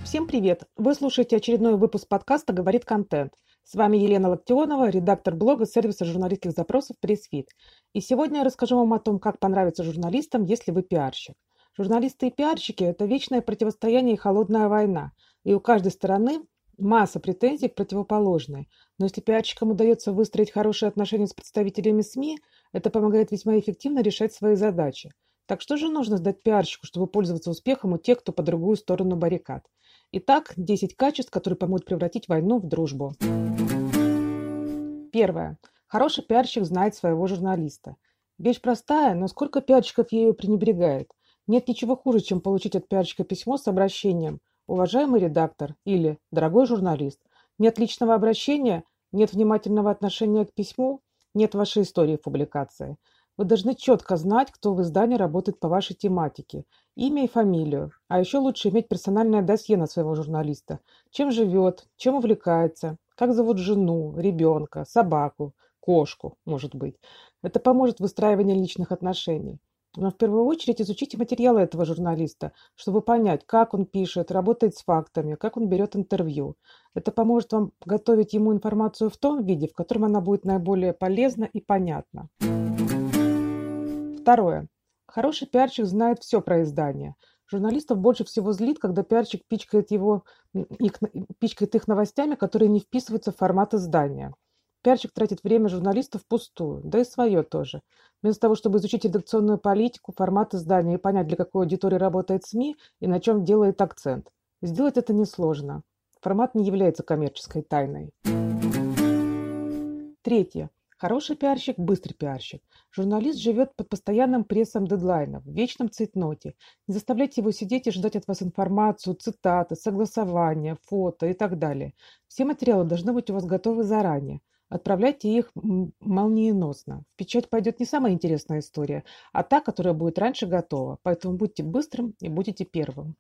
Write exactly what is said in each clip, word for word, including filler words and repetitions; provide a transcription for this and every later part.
Всем привет! Вы слушаете очередной выпуск подкаста «Говорит контент». С вами Елена Локтионова, редактор блога сервиса журналистских запросов «Пресс-фит». И сегодня я расскажу вам о том, как понравиться журналистам, если вы пиарщик. Журналисты и пиарщики– это вечное противостояние и холодная война. И у каждой стороны масса претензий к противоположной. Но если пиарщикам удается выстроить хорошие отношения с представителями СМИ, это помогает весьма эффективно решать свои задачи. Так что же нужно сдать пиарщику, чтобы пользоваться успехом у тех, кто по другую сторону баррикад? Итак, десять качеств, которые помогут превратить войну в дружбу. Первое. Хороший пиарщик знает своего журналиста. Вещь простая, но сколько пиарщиков ею пренебрегает. Нет ничего хуже, чем получить от пиарщика письмо с обращением «Уважаемый редактор» или «Дорогой журналист». Нет личного обращения, нет внимательного отношения к письму, нет вашей истории в публикации. Вы должны четко знать, кто в издании работает по вашей тематике, имя и фамилию. А еще лучше иметь персональное досье на своего журналиста. Чем живет, чем увлекается, как зовут жену, ребенка, собаку, кошку, может быть. Это поможет в выстраивании личных отношений. Но в первую очередь изучите материалы этого журналиста, чтобы понять, как он пишет, работает с фактами, как он берет интервью. Это поможет вам готовить ему информацию в том виде, в котором она будет наиболее полезна и понятна. Второе. Хороший пиарщик знает все про издание. Журналистов больше всего злит, когда пиарщик пичкает, его, их, пичкает их новостями, которые не вписываются в формат издания. Пиарщик тратит время журналистов впустую, да и свое тоже. Вместо того, чтобы изучить редакционную политику, формат издания и понять, для какой аудитории работает СМИ и на чем делает акцент. Сделать это несложно. Формат не является коммерческой тайной. Третье. Хороший пиарщик– быстрый пиарщик. Журналист живет под постоянным прессом дедлайнов, в вечном цейтноте. Не заставляйте его сидеть и ждать от вас информацию, цитаты, согласования, фото и так далее. Все материалы должны быть у вас готовы заранее. Отправляйте их молниеносно. В печать пойдет не самая интересная история, а та, которая будет раньше готова. Поэтому будьте быстрым и будете первым.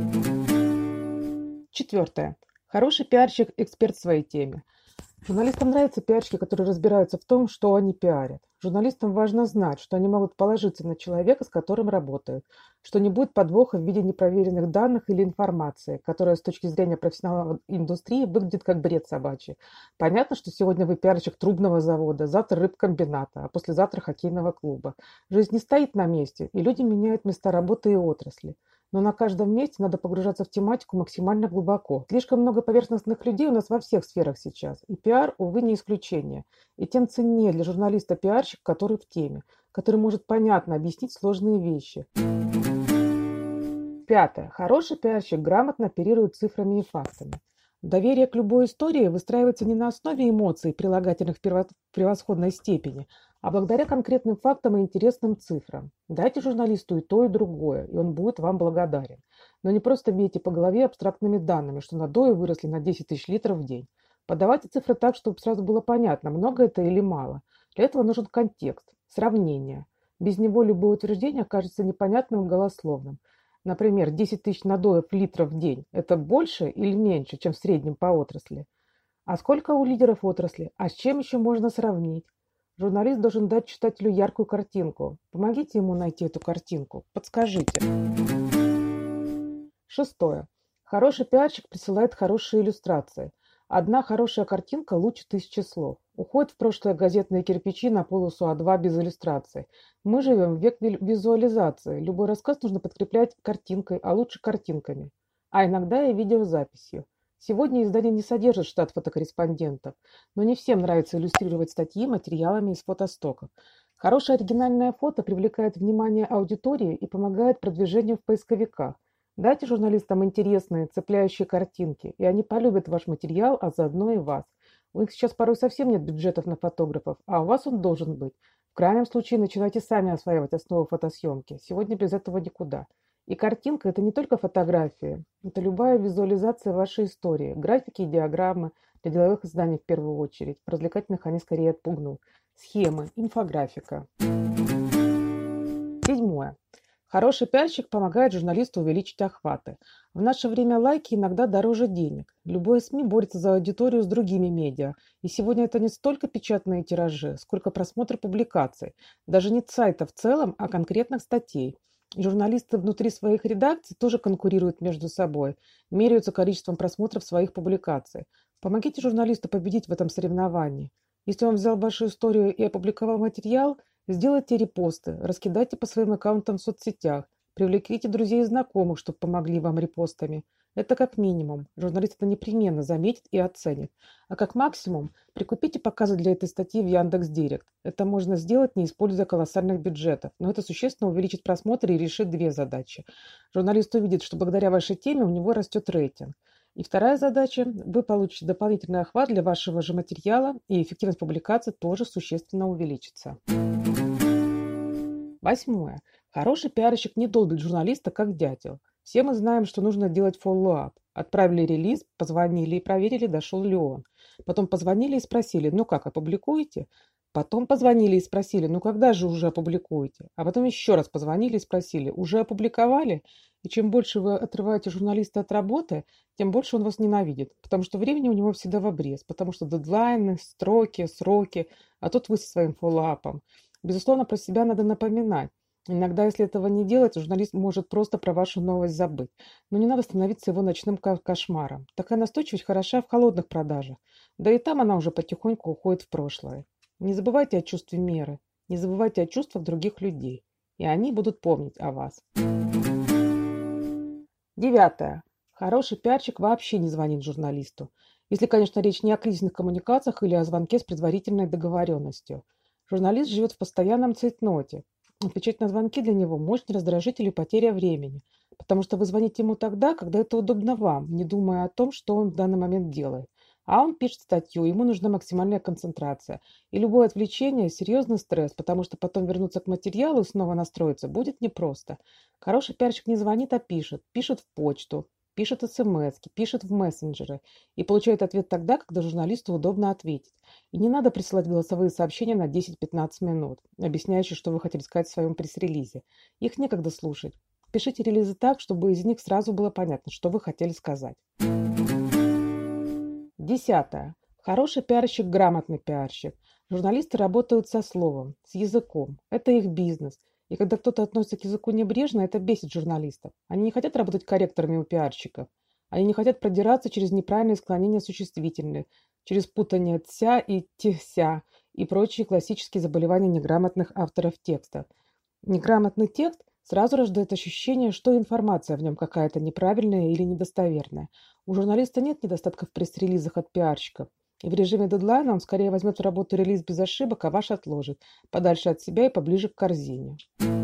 Четвертое. Хороший пиарщик– эксперт в своей теме. Журналистам нравятся пиарщики, которые разбираются в том, что они пиарят. Журналистам важно знать, что они могут положиться на человека, с которым работают, что не будет подвоха в виде непроверенных данных или информации, которая с точки зрения профессионалов индустрии выглядит как бред собачий. Понятно, что сегодня вы пиарщик трубного завода, завтра рыбкомбината, а послезавтра хоккейного клуба. Жизнь не стоит на месте, и люди меняют места работы и отрасли. Но на каждом месте надо погружаться в тематику максимально глубоко. Слишком много поверхностных людей у нас во всех сферах сейчас. И пиар, увы, не исключение. И тем ценнее для журналиста пиарщик, который в теме, который может понятно объяснить сложные вещи. Пятое. Хороший пиарщик грамотно оперирует цифрами и фактами. Доверие к любой истории выстраивается не на основе эмоций, прилагательных в превосходной степени, а благодаря конкретным фактам и интересным цифрам. Дайте журналисту и то, и другое, и он будет вам благодарен. Но не просто бейте по голове абстрактными данными, что надои выросли на десять тысяч литров в день. Подавайте цифры так, чтобы сразу было понятно, много это или мало. Для этого нужен контекст, сравнение. Без него любое утверждение окажется непонятным и голословным. Например, десять тысяч надоев литров в день– это больше или меньше, чем в среднем по отрасли? А сколько у лидеров отрасли? А с чем еще можно сравнить? Журналист должен дать читателю яркую картинку. Помогите ему найти эту картинку. Подскажите. Шестое. Хороший пиарщик присылает хорошие иллюстрации. Одна хорошая картинка лучше тысячи слов. Уходят в прошлое газетные кирпичи на полосу а два без иллюстраций. Мы живем в век визуализации. Любой рассказ нужно подкреплять картинкой, а лучше картинками. А иногда и видеозаписью. Сегодня издание не содержит штат фотокорреспондентов, но не всем нравится иллюстрировать статьи материалами из фотостоков. Хорошее оригинальное фото привлекает внимание аудитории и помогает продвижению в поисковиках. Дайте журналистам интересные, цепляющие картинки, и они полюбят ваш материал, а заодно и вас. У них сейчас порой совсем нет бюджетов на фотографов, а у вас он должен быть. В крайнем случае начинайте сами осваивать основы фотосъемки. Сегодня без этого никуда. И картинка– это не только фотографии, это любая визуализация вашей истории, графики и диаграммы, для деловых изданий в первую очередь, в развлекательных они скорее отпугнут, схемы, инфографика. Седьмое. Хороший пиарщик помогает журналисту увеличить охваты. В наше время лайки иногда дороже денег. Любое СМИ борется за аудиторию с другими медиа. И сегодня это не столько печатные тиражи, сколько просмотр публикаций. Даже не сайта в целом, а конкретных статей. Журналисты внутри своих редакций тоже конкурируют между собой, меряются количеством просмотров своих публикаций. Помогите журналисту победить в этом соревновании. Если он взял вашу историю и опубликовал материал, сделайте репосты, раскидайте по своим аккаунтам в соцсетях, привлеките друзей и знакомых, чтобы помогли вам репостами. Это как минимум. Журналист это непременно заметит и оценит. А как максимум, прикупите показы для этой статьи в Яндекс.Директ. Это можно сделать, не используя колоссальных бюджетов, но это существенно увеличит просмотры и решит две задачи. Журналист увидит, что благодаря вашей теме у него растет рейтинг. И вторая задача – вы получите дополнительный охват для вашего же материала, и эффективность публикации тоже существенно увеличится. Восьмое. Хороший пиарщик не долбит журналиста как дятел. Все мы знаем, что нужно делать фоллоуап. Отправили релиз, позвонили и проверили, дошел ли он. Потом позвонили и спросили, ну как, опубликуете? Потом позвонили и спросили, ну когда же уже опубликуете? А потом еще раз позвонили и спросили, уже опубликовали? И чем больше вы отрываете журналиста от работы, тем больше он вас ненавидит, потому что времени у него всегда в обрез, потому что дедлайны, строки, сроки, а тут вы со своим фоллоуапом. Безусловно, про себя надо напоминать. Иногда, если этого не делать, журналист может просто про вашу новость забыть. Но не надо становиться его ночным кошмаром. Такая настойчивость хороша в холодных продажах. Да и там она уже потихоньку уходит в прошлое. Не забывайте о чувстве меры. Не забывайте о чувствах других людей. И они будут помнить о вас. Девятое. Хороший пиарщик вообще не звонит журналисту. Если, конечно, речь не о кризисных коммуникациях или о звонке с предварительной договоренностью. Журналист живет в постоянном цейтноте. Отвечать на звонки для него мощный раздражитель и потеря времени, потому что вы звоните ему тогда, когда это удобно вам, не думая о том, что он в данный момент делает. А он пишет статью, ему нужна максимальная концентрация. И любое отвлечение – серьезный стресс, потому что потом вернуться к материалу и снова настроиться будет непросто. Хороший пиарщик не звонит, а пишет. Пишет в почту, пишет смс, пишет в мессенджеры и получает ответ тогда, когда журналисту удобно ответить. И не надо присылать голосовые сообщения на десять-пятнадцать минут, объясняющие, что вы хотели сказать в своем пресс-релизе. Их некогда слушать. Пишите релизы так, чтобы из них сразу было понятно, что вы хотели сказать. Десятое. Хороший пиарщик – грамотный пиарщик. Журналисты работают со словом, с языком. Это их бизнес. И когда кто-то относится к языку небрежно, это бесит журналистов. Они не хотят работать корректорами у пиарщиков. Они не хотят продираться через неправильные склонения существительных, через путание «тся» и «тся» и прочие классические заболевания неграмотных авторов текста. Неграмотный текст сразу рождает ощущение, что информация в нем какая-то неправильная или недостоверная. У журналиста нет недостатков в пресс-релизах от пиарщиков. И в режиме дедлайна он скорее возьмет в работу релиз без ошибок, а ваш отложит, подальше от себя и поближе к корзине.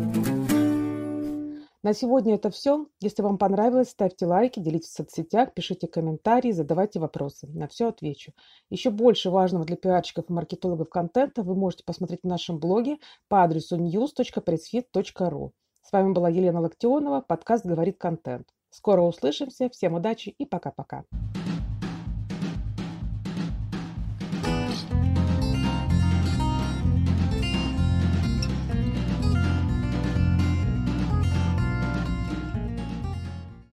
На сегодня это все. Если вам понравилось, ставьте лайки, делитесь в соцсетях, пишите комментарии, задавайте вопросы. На все отвечу. Еще больше важного для пиарщиков и маркетологов контента вы можете посмотреть в нашем блоге по адресу ньюс точка пресс-фит точка ру. С вами была Елена Локтионова, подкаст «Говорит контент». Скоро услышимся, всем удачи и пока-пока.